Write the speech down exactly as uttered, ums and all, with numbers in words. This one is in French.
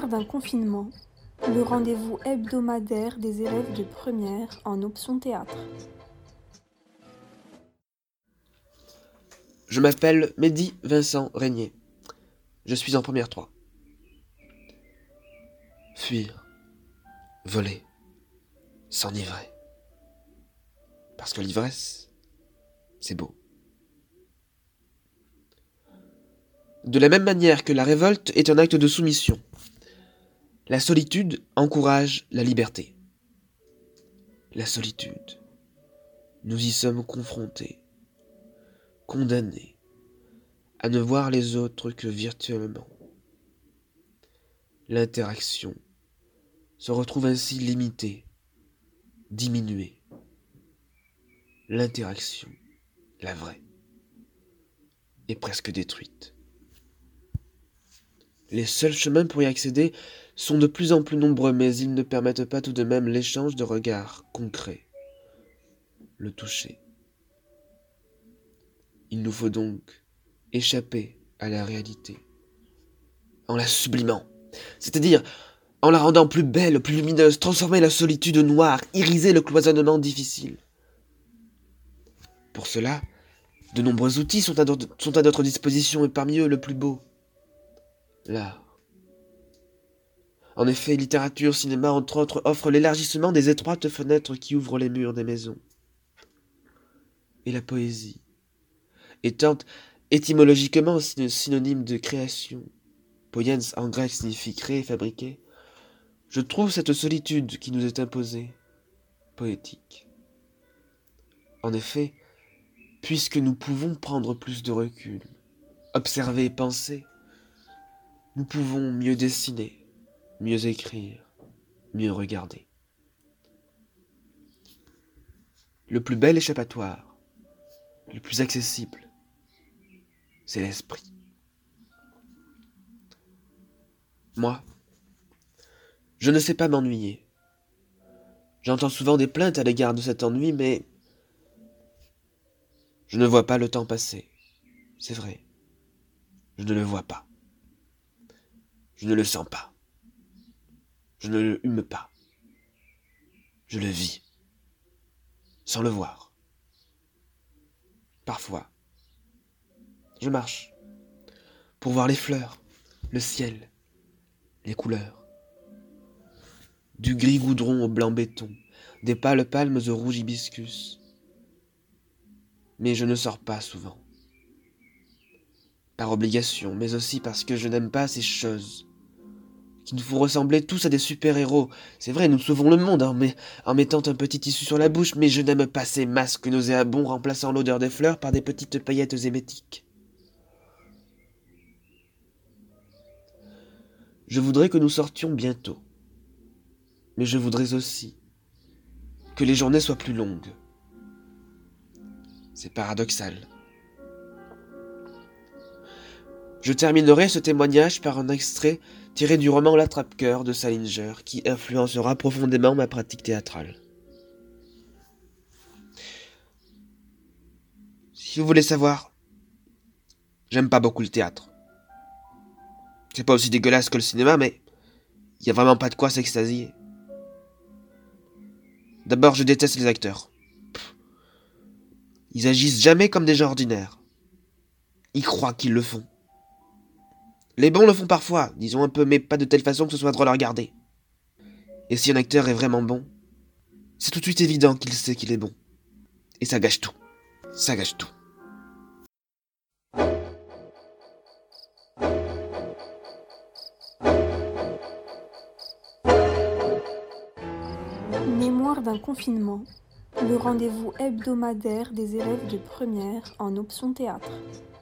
Mémoire d'un confinement, le rendez-vous hebdomadaire des élèves de première en option théâtre. Je m'appelle Mehdi Vincent Régnier. Je suis en première trois. Fuir, voler, s'enivrer. Parce que l'ivresse, c'est beau. De la même manière que la révolte est un acte de soumission, la solitude encourage la liberté. La solitude, nous y sommes confrontés, condamnés à ne voir les autres que virtuellement. L'interaction se retrouve ainsi limitée, diminuée. L'interaction, la vraie, est presque détruite. Les seuls chemins pour y accéder sont de plus en plus nombreux, mais ils ne permettent pas tout de même l'échange de regards concrets, le toucher. Il nous faut donc échapper à la réalité, en la sublimant, c'est-à-dire en la rendant plus belle, plus lumineuse, transformer la solitude noire, iriser le cloisonnement difficile. Pour cela, de nombreux outils sont à, sont à notre disposition, et parmi eux le plus beau, l'art. En effet, littérature, cinéma, entre autres, offrent l'élargissement des étroites fenêtres qui ouvrent les murs des maisons. Et la poésie, étant étymologiquement synonyme de création, poiens en grec signifie créer, fabriquer, je trouve cette solitude qui nous est imposée poétique. En effet, puisque nous pouvons prendre plus de recul, observer et penser, nous pouvons mieux dessiner, mieux écrire, mieux regarder. Le plus bel échappatoire, le plus accessible, c'est l'esprit. Moi, je ne sais pas m'ennuyer. J'entends souvent des plaintes à l'égard de cet ennui, mais je ne vois pas le temps passer. C'est vrai. Je ne le vois pas. Je ne le sens pas. Je ne le hume pas. Je le vis, sans le voir. Parfois, je marche pour voir les fleurs, le ciel, les couleurs. Du gris goudron au blanc béton, des pâles palmes au rouge hibiscus. Mais je ne sors pas souvent. Par obligation, mais aussi parce que je n'aime pas ces choses qui nous font ressembler tous à des super-héros. C'est vrai, nous sauvons le monde en, met, en mettant un petit tissu sur la bouche, mais je n'aime pas ces masques nauséabonds remplaçant l'odeur des fleurs par des petites paillettes émétiques. Je voudrais que nous sortions bientôt, mais je voudrais aussi que les journées soient plus longues. C'est paradoxal. Je terminerai ce témoignage par un extrait tiré du roman L'Attrape-cœur de Salinger, qui influencera profondément ma pratique théâtrale. Si vous voulez savoir, j'aime pas beaucoup le théâtre. C'est pas aussi dégueulasse que le cinéma, mais il y a vraiment pas de quoi s'extasier. D'abord, je déteste les acteurs. Pff. Ils agissent jamais comme des gens ordinaires. Ils croient qu'ils le font. Les bons le font parfois, disons un peu, mais pas de telle façon que ce soit drôle à regarder. Et si un acteur est vraiment bon, c'est tout de suite évident qu'il sait qu'il est bon. Et ça gâche tout. Ça gâche tout. Mémoire d'un confinement, le rendez-vous hebdomadaire des élèves de première en option théâtre.